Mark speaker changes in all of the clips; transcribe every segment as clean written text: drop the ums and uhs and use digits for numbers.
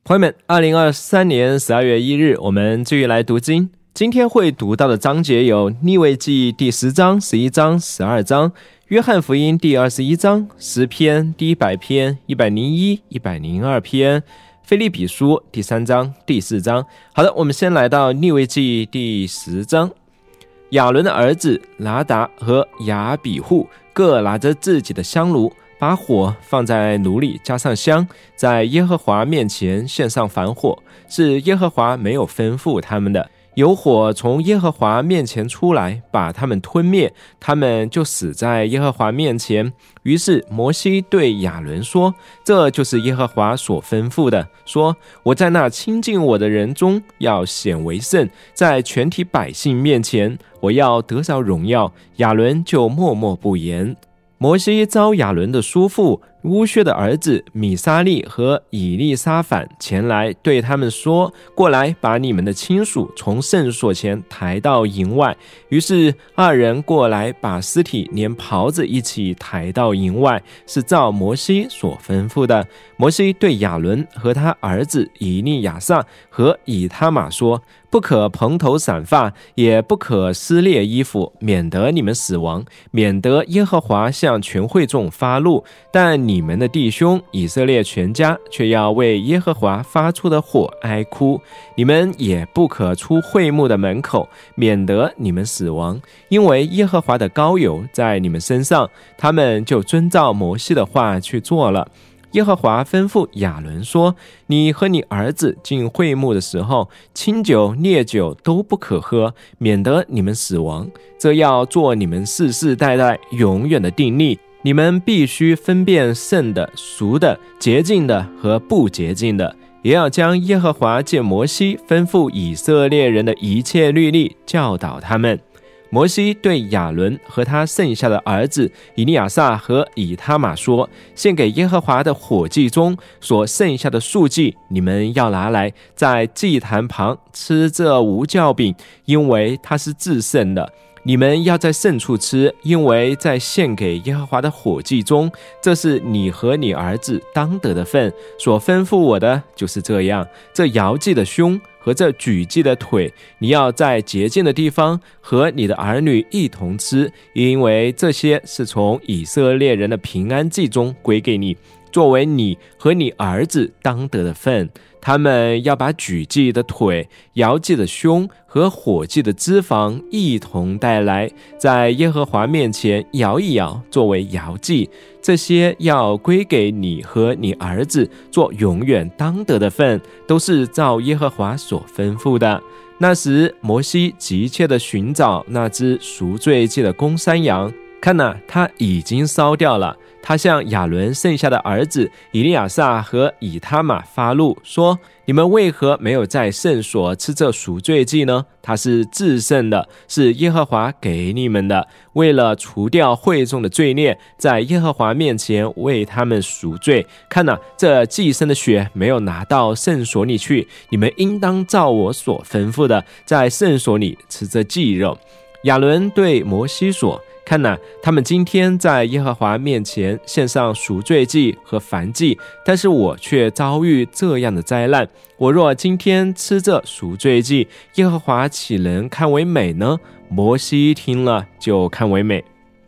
Speaker 1: 朋友们，2023年12月1日，我们继续来读经。今天会读到的章节有利未记第10章、11章、12章，约翰福音第21章、诗篇第100篇、101、102篇，腓立比书第3章、第4章。好的，我们先来到利未记第10章。亚伦的儿子拿达和亚比户各拿着自己的香炉，把火放在炉里，加上香，在耶和华面前献上燔火，是耶和华没有吩咐他们的。有火从耶和华面前出来，把他们吞灭，他们就死在耶和华面前。于是摩西对亚伦说，这就是耶和华所吩咐的，说，我在那亲近我的人中要显为圣，在全体百姓面前我要得着荣耀。亚伦就默默不言。摩西召亚伦的叔父乌薛的儿子米沙利和以利沙反前来，对他们说，过来，把你们的亲属从圣所前抬到营外。于是二人过来，把尸体连袍子一起抬到营外，是照摩西所吩咐的。摩西对亚伦和他儿子以利亚撒和以他玛说，不可蓬头散发，也不可撕裂衣服，免得你们死亡，免得耶和华向全会众发怒。但你们的弟兄以色列全家却要为耶和华发出的火哀哭。你们也不可出会幕的门口，免得你们死亡，因为耶和华的膏油在你们身上。他们就遵照摩西的话去做了。耶和华吩咐亚伦说，你和你儿子进会幕的时候，清酒烈酒都不可喝，免得你们死亡。这要做你们世世代代永远的定例。你们必须分辨圣的、俗的、洁净的和不洁净的，也要将耶和华借摩西吩咐以色列人的一切律例教导他们。摩西对亚伦和他剩下的儿子以利亚撒和以他玛说，献给耶和华的火祭中所剩下的素祭，你们要拿来，在祭坛旁吃这无酵饼，因为它是至圣的。你们要在圣处吃，因为在献给耶和华的火祭中，这是你和你儿子当得的份。所吩咐我的就是这样。这摇祭的胸和这举祭的腿，你要在洁净的地方和你的儿女一同吃，因为这些是从以色列人的平安祭中归给你，作为你和你儿子当得的份。他们要把举祭的腿、摇祭的胸和火祭的脂肪一同带来，在耶和华面前摇一摇，作为摇祭。这些要归给你和你儿子做永远当得的份，都是照耶和华所吩咐的。那时摩西急切地寻找那只赎罪祭的公山羊，看哪，它已经烧掉了。他向亚伦剩下的儿子以利亚撒和以他玛发怒，说，你们为何没有在圣所吃这赎罪祭呢？它是至圣的，是耶和华给你们的，为了除掉会众的罪孽，在耶和华面前为他们赎罪。看哪，这祭牲的血没有拿到圣所里去，你们应当照我所吩咐的，在圣所里吃这祭肉。亚伦对摩西说，看哪，他们今天在耶和华面前献上赎罪祭和燔祭，但是我却遭遇这样的灾难。我若今天吃这赎罪祭，耶和华岂能看为美呢？摩西听了就看为美。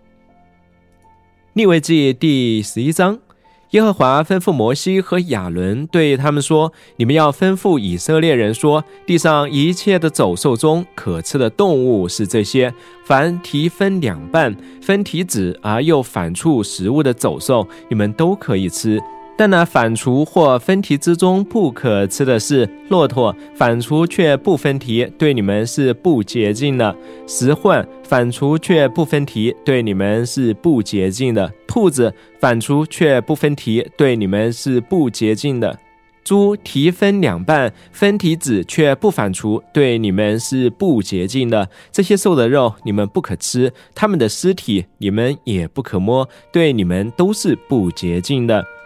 Speaker 1: 利未记第11章。耶和华吩咐摩西和亚伦，对他们说，你们要吩咐以色列人说，地上一切的走兽中可吃的动物是这些，凡蹄分两半，分蹄子而又反刍食物的走兽，你们都可以吃。但那反刍或分蹄之中不可吃的是骆驼，反刍却不分蹄，对你们是不洁净的；石獾，反刍却不分蹄，对你们是不洁净的；兔子，反刍却不分蹄，对你们是不洁净的；猪蹄分两半，分蹄子却不反刍，对你们是不洁净的。这些兽的肉你们不可吃，它们的尸体你们也不可摸，对你们都是不洁净的。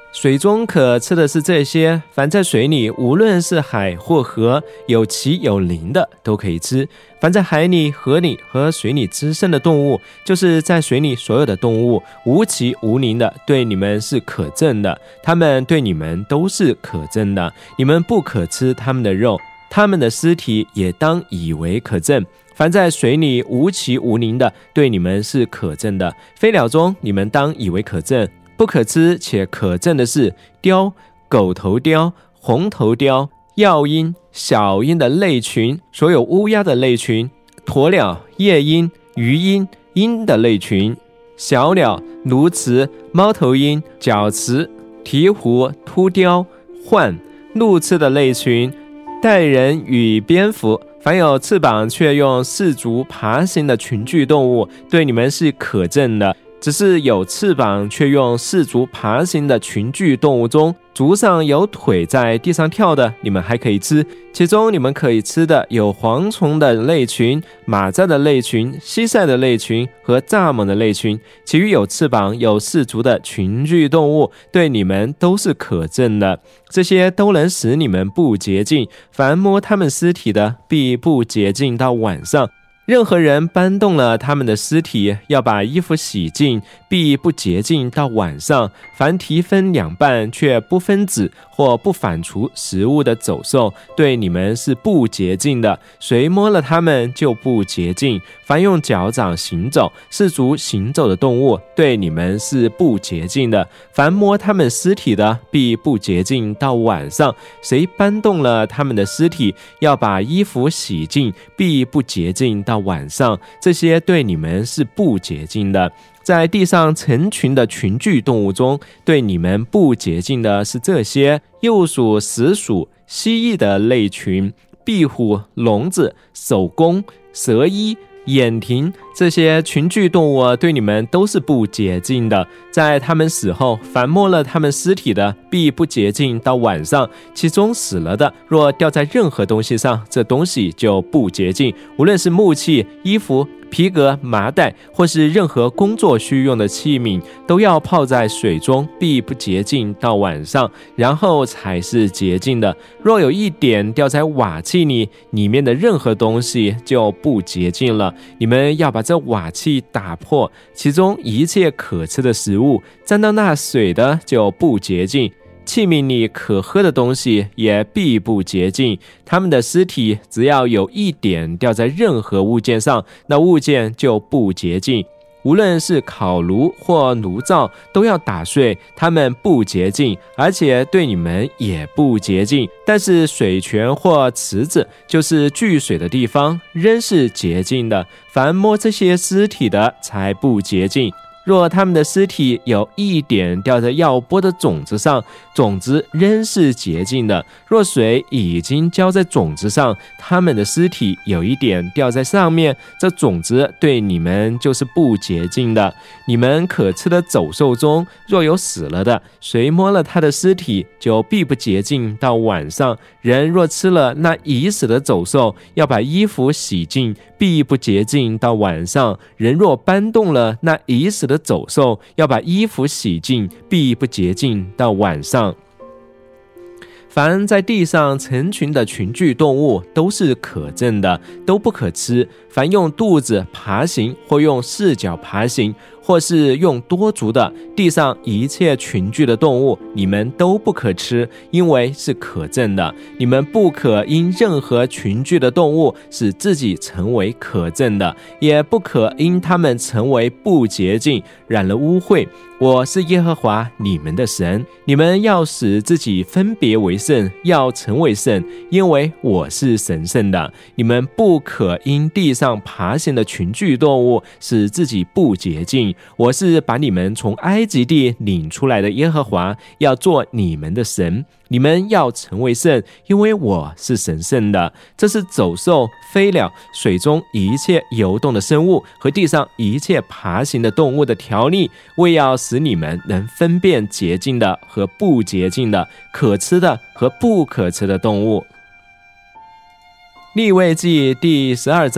Speaker 1: 水中可吃的是这些，凡在水里，无论是海或河，有鳍有鳞的都可以吃。凡在海里、河里和水里滋生的动物，就是在水里所有的动物，无鳍无鳞的，对你们是可憎的，它们对你们都是可憎的，你们不可吃它们的肉，它们的尸体也当以为可憎。凡在水里无鳍无鳞的，对你们是可憎的。飞鸟中，你们当以为可憎。不可吃且可憎的是雕、狗头雕、红头雕、药鹰、小鹰的类群，所有乌鸦的类群，鸵鸟、夜鹰、鱼鹰、鹰的类群，小鸟、鸬鹚、猫头鹰、角鹚、鹈鹕、秃雕、獾、路刺的类群，带人与蝙蝠。凡有翅膀却用四足爬行的群居动物，对你们是可憎的。只是有翅膀却用四足爬行的群居动物中，足上有腿在地上跳的，你们还可以吃。其中你们可以吃的有蝗虫的类群、马蚱的类群、蟋蟀的类群和蚱蜢的类群。其余有翅膀有四足的群居动物，对你们都是可憎的。这些都能使你们不洁净，凡摸他们尸体的，必不洁净到晚上。任何人搬动了他们的尸体，要把衣服洗净，必不洁净到晚上。凡蹄分两半却不分子或不反刍食物的走兽，对你们是不洁净的，谁摸了他们就不洁净。凡用脚掌行走、四足行走的动物，对你们是不洁净的，凡摸他们尸体的，必不洁净到晚上。谁搬动了他们的尸体，要把衣服洗净，必不洁净到晚上，这些对你们是不洁净的。在地上成群的群居动物中，对你们不洁净的是这些：鼬鼠、石鼠、蜥蜴的类群，壁虎、聋子、守宫、蛇衣、眼蜓，这些群居动物对你们都是不洁净的。在他们死后，凡摸了他们尸体的，必不洁净到晚上。其中死了的，若掉在任何东西上，这东西就不洁净，无论是木器、衣服、皮革、麻袋，或是任何工作需用的器皿，都要泡在水中，必不洁净到晚上，然后才是洁净的。若有一点掉在瓦器里，里面的任何东西就不洁净了。你们要把这瓦器打破，其中一切可吃的食物沾到那水的就不洁净，器皿里可喝的东西也必不洁净。他们的尸体只要有一点掉在任何物件上，那物件就不洁净。无论是烤炉或炉灶，都要打碎，它们不洁净，而且对你们也不洁净。但是水泉或池子，就是聚水的地方，仍是洁净的。凡摸这些尸体的，才不洁净。若他们的尸体有一点掉在要播的种子上，种子仍是洁净的。若水已经浇在种子上，他们的尸体有一点掉在上面，这种子对你们就是不洁净的。你们可吃的走兽中，若有死了的，谁摸了他的尸体，就必不洁净到晚上。人若吃了那已死的走兽，要把衣服洗净，必不洁净到晚上。人若搬动了那已死的走兽，要把衣服洗净，必不洁净到晚上。凡在地上成群的群居动物，都是可憎的，都不可吃。凡用肚子爬行，或用四脚爬行，或是用多足的，地上一切群居的动物，你们都不可吃，因为是可憎的。你们不可因任何群居的动物使自己成为可憎的，也不可因他们成为不洁净，染了污秽。我是耶和华你们的神，你们要使自己分别为圣，要成为圣，因为我是神圣的。你们不可因地上爬行的群居动物使自己不洁净。我是把你们从埃及地领出来的耶和华，要做你们的神。你们要成为圣，因为我是神圣的。这是走兽、飞鸟、水中一切游动的生物和地上一切爬行的动物的条例，为要使你们能分辨洁净的和不洁净的，可吃的和不可吃的动物。利未记第12章，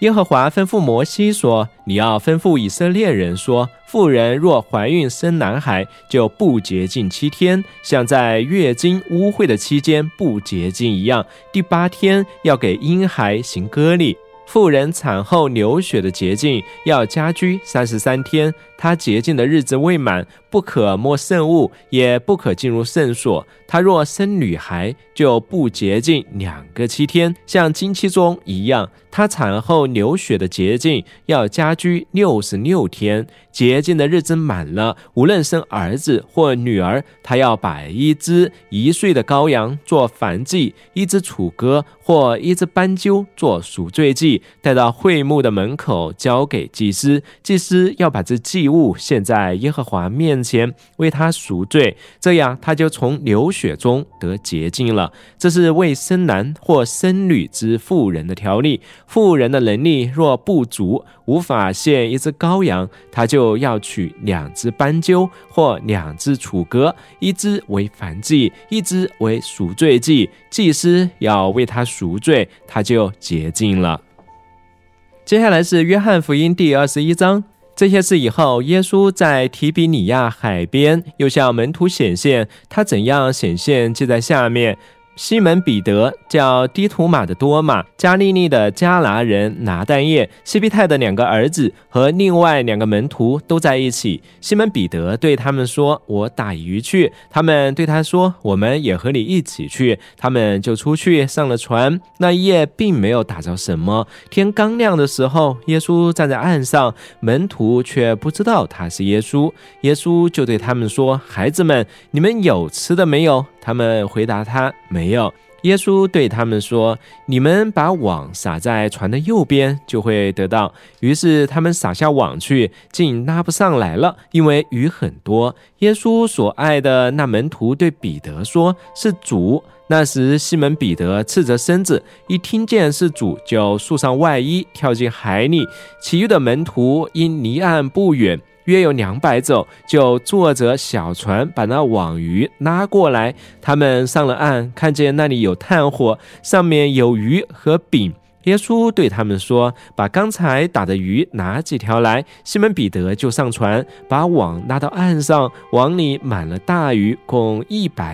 Speaker 1: 耶和华吩咐摩西说，你要吩咐以色列人说，妇人若怀孕生男孩，就不洁净7天，像在月经污秽的期间不洁净一样。第8天要给婴孩行割礼。妇人产后流血的洁净要家居33天，她洁净的日子未满，不可摸圣物，也不可进入圣所。她若生女孩，就不洁净2个7天，像经期中一样。她产后流血的洁净要家居66天，洁净的日子满了，无论生儿子或女儿，她要把1只1岁的羔羊做燔祭，1只雏鸽或1只斑鸠做赎罪祭，带到会幕的门口交给祭司。祭司要把这祭物献在耶和华面前，为他赎罪，这样他就从流血中得洁净了。这是为生男或生女之妇人的条例。妇人的能力若不足，无法献1只羔羊，他就要取2只斑鸠或2只雏鸽，1只为燔祭，1只为赎罪祭，祭司要为他赎罪，他就洁净了。接下来是约翰福音第21章。这些事以后，耶稣在提比尼亚海边又向门徒显现，他怎样显现记在下面。西门彼得，叫低图马的多马，加利利的加拿人拿但业，西庇太的2个儿子和另外2个门徒都在一起。西门彼得对他们说，我打鱼去。他们对他说，我们也和你一起去。他们就出去上了船。那一夜并没有打着什么。天刚亮的时候，耶稣站在岸上，门徒却不知道他是耶稣。耶稣就对他们说，孩子们，你们有吃的没有？他们回答他，没有。耶稣对他们说，你们把网撒在船的右边，就会得到。于是他们撒下网去，竟拉不上来了，因为鱼很多。耶稣所爱的那门徒对彼得说，是主。那时西门彼得赤着身子，一听见是主，就束上外衣，跳进海里。其余的门徒因离岸不远，约有200肘，就坐着小船把那网鱼拉过来。他们上了岸，看见那里有炭火，上面有鱼和饼。耶稣对他们说，把刚才打的鱼拿几条来。西门彼得就上船，把网拉到岸上，网里满了大鱼，共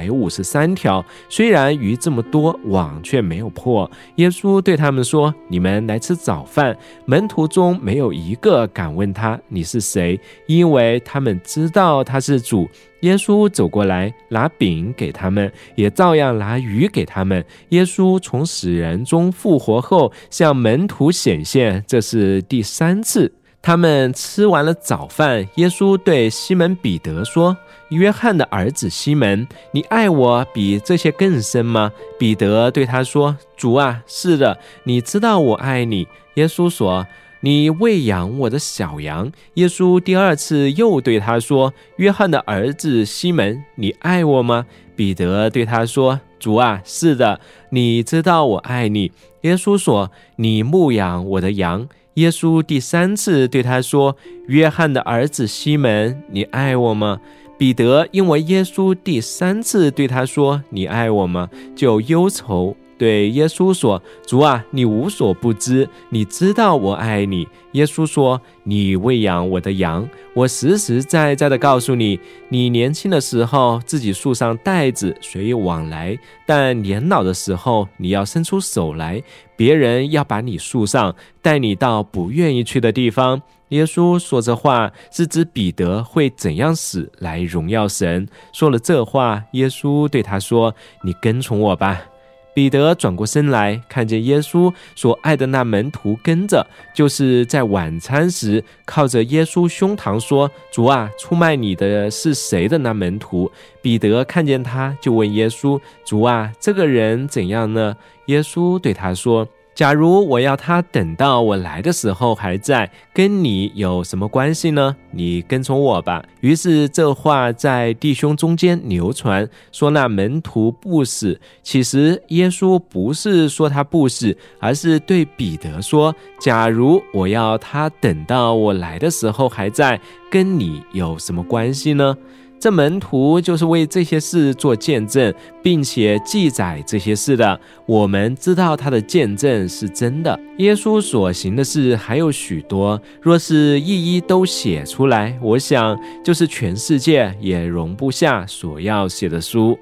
Speaker 1: 153条。虽然鱼这么多，网却没有破。耶稣对他们说，你们来吃早饭。门徒中没有一个敢问他，你是谁？因为他们知道他是主。耶稣走过来，拿饼给他们，也照样拿鱼给他们。耶稣从死人中复活后，向门徒显现，这是第3次。他们吃完了早饭，耶稣对西门彼得说，约翰的儿子西门，你爱我比这些更深吗？彼得对他说，主啊，是的，你知道我爱你。耶稣说，你喂养我的小羊。耶稣第2次又对他说，约翰的儿子西门，你爱我吗？彼得对他说，主啊，是的，你知道我爱你。耶稣说，你牧养我的羊。耶稣第3次对他说，约翰的儿子西门，你爱我吗？彼得因为耶稣第3次对他说，你爱我吗？就忧愁，对耶稣说，主啊，你无所不知，你知道我爱你。耶稣说，你喂养我的羊。我实实在在的告诉你，你年轻的时候自己束上带子，随意往来，但年老的时候你要伸出手来，别人要把你束上，带你到不愿意去的地方。耶稣说这话是指彼得会怎样死来荣耀神。说了这话，耶稣对他说，你跟从我吧。彼得转过身来，看见耶稣所爱的那门徒跟着，就是在晚餐时靠着耶稣胸膛说，主啊，出卖你的是谁的那门徒。彼得看见他，就问耶稣，主啊，这个人怎样呢？耶稣对他说，假如我要他等到我来的时候还在，跟你有什么关系呢？你跟从我吧。于是这话在弟兄中间流传，说那门徒不死。其实耶稣不是说他不死，而是对彼得说，假如我要他等到我来的时候还在，跟你有什么关系呢？ 这门徒就是为这些事做见证，并且记载这些事的。我们知道他的见证是真的。耶稣所行的事还有许多，若是一一都写出来，我想就是全世界也容不下所要写的书。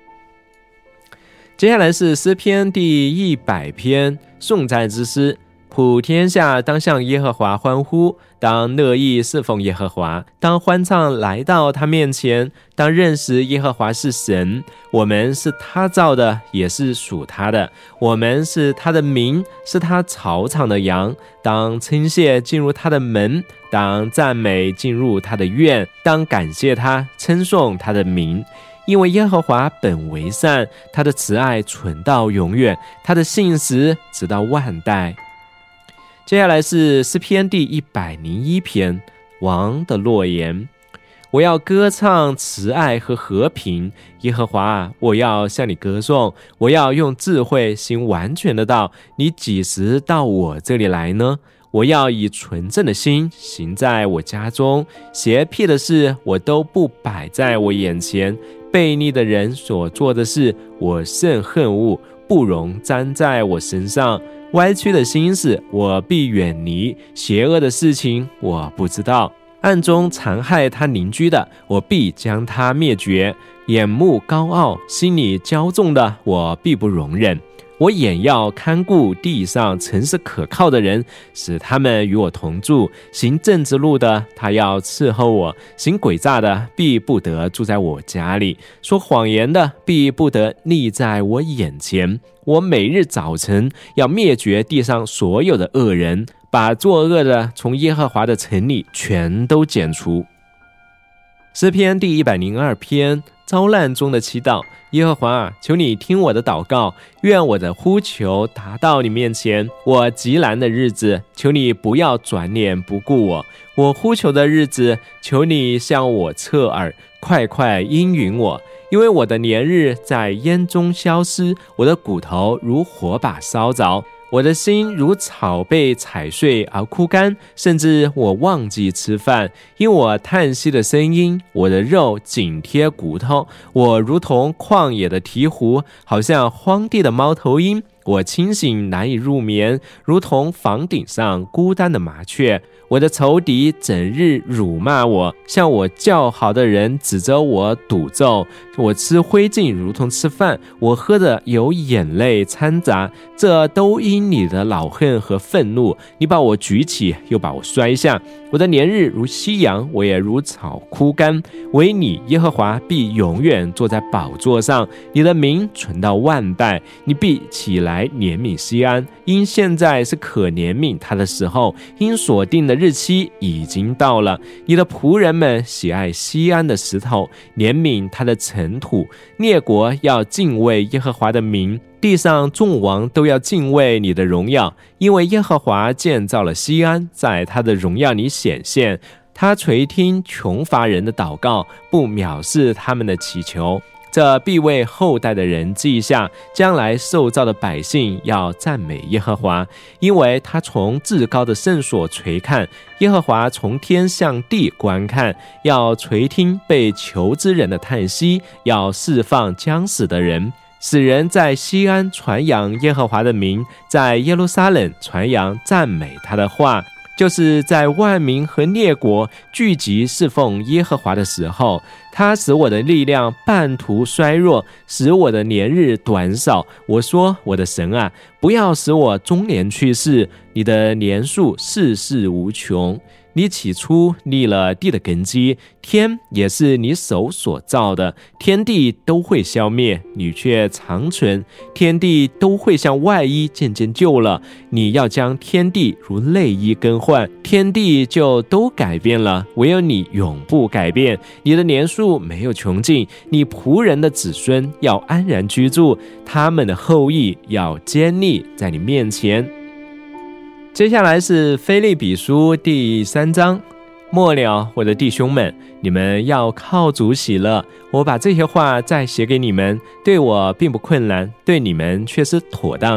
Speaker 1: 接下来是诗篇第100篇，颂赞之诗。普天下当向耶和华欢呼，当乐意侍奉耶和华，当欢唱来到他面前，当认识耶和华是神。我们是他造的，也是属他的，我们是他的民，是他草场的羊。当称谢进入他的门，当赞美进入他的院，当感谢他，称颂他的名。因为耶和华本为善，他的慈爱存到永远，他的信实直到万代。接下来是诗篇第101篇，王的诺言。我要歌唱慈爱和和平，耶和华啊，我要向你歌颂，我要用智慧行完全的道。你几时到我这里来呢？我要以纯正的心行在我家中，邪僻的事我都不摆在我眼前，悖逆的人所做的事我甚恨恶，不容沾在我身上。歪曲的心事我必远离，邪恶的事情我不知道。暗中残害他邻居的，我必将他灭绝。眼目高傲，心里骄纵的，我必不容忍。我眼要看顾地上诚实可靠的人，使他们与我同住。行正直路的，他要伺候我；行诡诈的，必不得住在我家里；说谎言的，必不得立在我眼前。我每日早晨要灭绝地上所有的恶人，把作恶的从耶和华的城里全都剪除。诗篇第102篇，遭难中的祈祷。耶和华，求你听我的祷告，愿我的呼求达到你面前。我极难的日子，求你不要转脸不顾我。我呼求的日子，求你向我侧耳，快快应允我。因为我的年日在烟中消失，我的骨头如火把烧着，我的心如草被踩碎而枯干，甚至我忘记吃饭，因我叹息的声音，我的肉紧贴骨头，我如同旷野的鹈鹕，好像荒地的猫头鹰。我清醒难以入眠，如同房顶上孤单的麻雀。我的仇敌整日辱骂我，向我叫好的人指着我赌咒。我吃灰烬如同吃饭，我喝的有眼泪掺杂，这都因你的恼恨和愤怒。你把我举起，又把我摔下。我的年日如夕阳，我也如草枯干。唯你耶和华必永远坐在宝座上，你的名存到万代。你必起来怜悯西安，因现在是可怜悯他的时候，因所定的日期已经到了。你的仆人们喜爱西安的石头，怜悯他的尘土。列国要敬畏耶和华的名，地上众王都要敬畏你的荣耀，因为耶和华建造了西安，在他的荣耀里显现。他垂听穷乏人的祷告，不藐视他们的祈求。这必为后代的人记下，将来受造的百姓要赞美耶和华，因为他从至高的圣所垂看，耶和华从天向地观看，要垂听被囚之人的叹息，要释放将死的人，使人在西安传扬耶和华的名，在耶路撒冷传扬赞美他的话。就是在万民和列国聚集侍奉耶和华的时候，他使我的力量半途衰弱，使我的年日短少。我说，我的神啊，不要使我中年去世，你的年数世世无穷。你起初立了地的根基，天也是你手所造的，天地都会消灭，你却长存。天地都会像外衣渐渐旧了，你要将天地如内衣更换，天地就都改变了，唯有你永不改变。你的年数没有穷尽，你仆人的子孙要安然居住，他们的后裔要坚立在你面前。接下来是腓立比书第3章。末了，我的弟兄们，你们要靠主喜乐。我把这些话再写给你们，对我并不困难，对你们却是妥当的。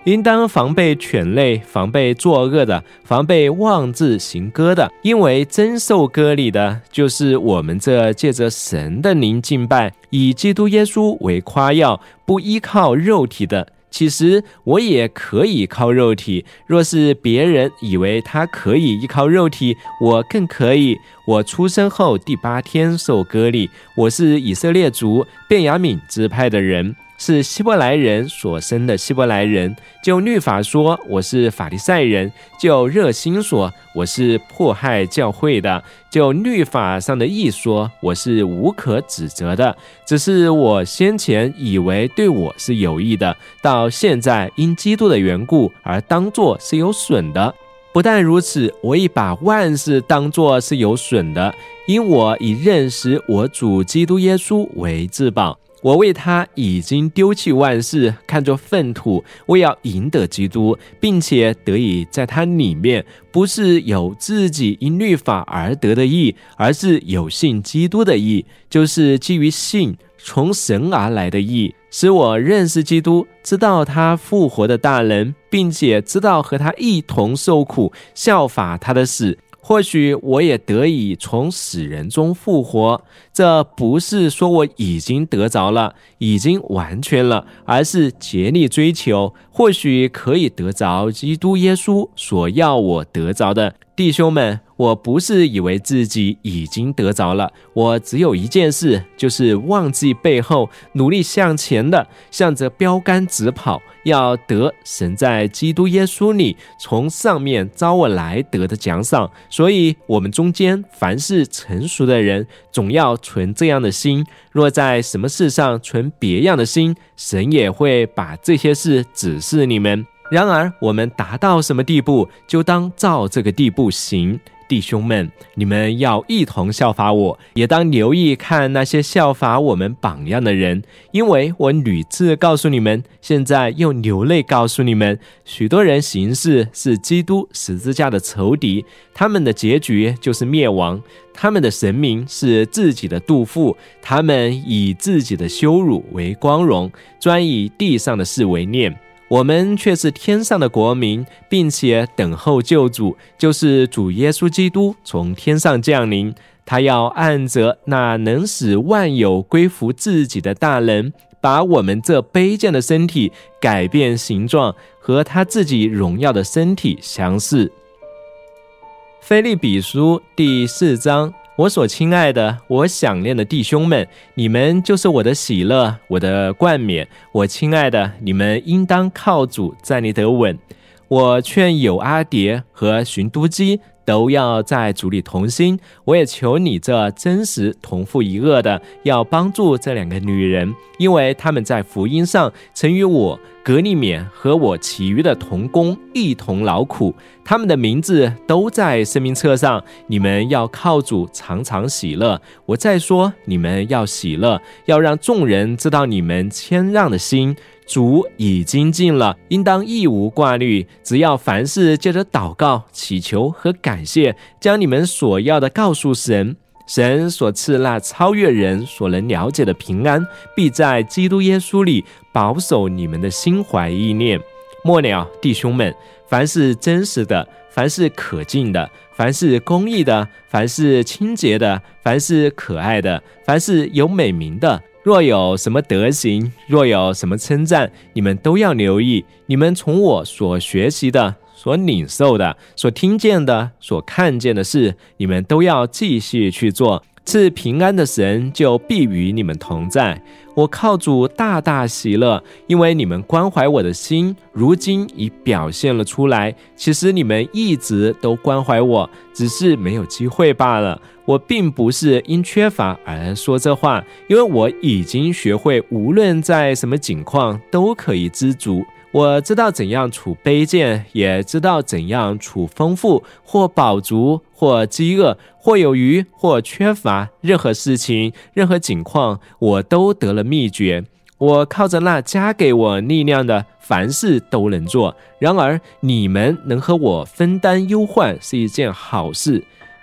Speaker 1: 应当防备犬类，防备作恶的，防备妄自行割的，因为真受割礼的，就是我们这借着神的灵敬拜，以基督耶稣为夸耀，不依靠肉体的。其实我也可以靠肉体，若是别人以为他可以依靠肉体，我更可以。我出生后第8天受割礼，我是以色列族便雅悯支派的人，是希伯来人所生的希伯来人。就律法说，我是法利赛人；就热心说，我是迫害教会的；就律法上的义说，我是无可指责的。只是我先前以为对我是有益的，到现在因基督的缘故而当作是有损的。不但如此，我已把万事当作是有损的，因我已认识我主基督耶稣为至宝。我为他已经丢弃万事，看作粪土，为要赢得基督，并且得以在他里面，不是有自己因律法而得的义，而是有信基督的义，就是基于信从神而来的义，使我认识基督，知道他复活的大能，并且知道和他一同受苦，效法他的死。或许我也得以从死人中复活，这不是说我已经得着了，已经完全了，而是竭力追求，或许可以得着基督耶稣所要我得着的。弟兄们，我不是以为自己已经得着了，我只有一件事，就是忘记背后，努力向前的，向着标杆直跑，要得神在基督耶稣里从上面招我来得的奖赏。所以我们中间凡是成熟的人，总要存这样的心，若在什么事上存别样的心，神也会把这些事指示你们。然而我们达到什么地步，就当照这个地步行。弟兄们，你们要一同效法我，也当留意看那些效法我们榜样的人，因为我屡次告诉你们，现在又流泪告诉你们，许多人行事是基督十字架的仇敌，他们的结局就是灭亡，他们的神明是自己的肚腹，他们以自己的羞辱为光荣，专以地上的事为念。我们却是天上的国民，并且等候救主，就是主耶稣基督从天上降临。他要按着那能使万有归服自己的大能，把我们这卑贱的身体改变形状，和他自己荣耀的身体相似。腓立比书第4章。我所亲爱的，我想念的弟兄们，你们就是我的喜乐，我的冠冕。我亲爱的，你们应当靠主站立得稳。我劝友阿迭和寻都基都要在主里同心。我也求你这真实同父一轭的，要帮助这2个女人，因为他们在福音上曾与我革利免和我其余的同工一同劳苦，他们的名字都在生命册上。你们要靠主常常喜乐。我再说，你们要喜乐，要让众人知道你们谦让的心。主已经尽了，应当一无挂虑，只要凡事借着祷告、祈求和感谢，将你们所要的告诉神。神所赐那超越人所能了解的平安，必在基督耶稣里保守你们的心怀意念。末了，弟兄们，凡是真实的，凡是可敬的，凡是公义的，凡是清洁的，凡是可爱的，凡是有美名的，若有什么德行，若有什么称赞，你们都要留意。你们从我所学习的，所领受的，所听见的，所看见的事，你们都要继续去做。赐平安的神就必与你们同在。我靠主大大喜乐，因为你们关怀我的心，如今已表现了出来。其实你们一直都关怀我，只是没有机会罢了。我并不是因缺乏而说这话，因为我已经学会无论在什么境况都可以知足。我知道怎样处卑贱，也知道怎样处丰富，或饱足，或饥饿，或有余，或缺乏。任何事情，任何境况，我都得了秘诀。我靠着那加给我力量的，凡事都能做。然而你们能和我分担忧患是一件好事。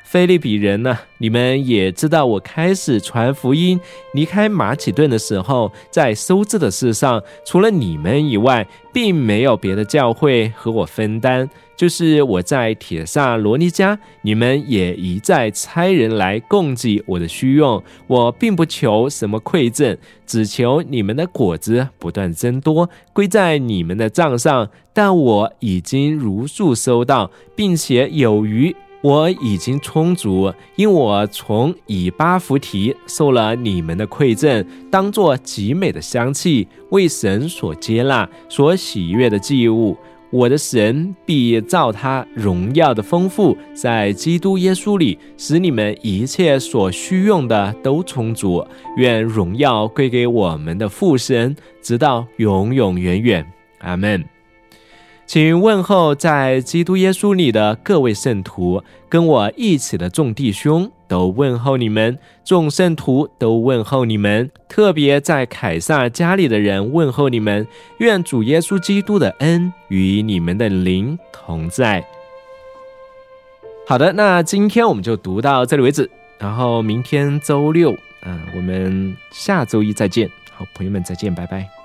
Speaker 1: 腓立比人呢，你们也知道，我开始传福音离开马其顿的时候，在收支的事上，除了你们以外，并没有别的教会和我分担。就是我在帖撒罗尼迦，你们也一再差人来供给我的需用。我并不求什么馈赠，只求你们的果子不断增多，归在你们的账上。但我已经如数收到，并且有余，我已经充足，因我从以巴弗提受了你们的馈赠，当作极美的香气，为神所接纳、所喜悦的祭物。我的神必照他荣耀的丰富，在基督耶稣里，使你们一切所需用的都充足。愿荣耀归给我们的父神，直到永永远远。阿们。请问候在基督耶稣里的各位圣徒，跟我一起的众弟兄都问候你们，众圣徒都问候你们，特别在凯撒家里的人问候你们。愿主耶稣基督的恩与你们的灵同在。好的，那今天我们就读到这里为止，然后明天周六我们下周一再见。好，朋友们再见，拜拜。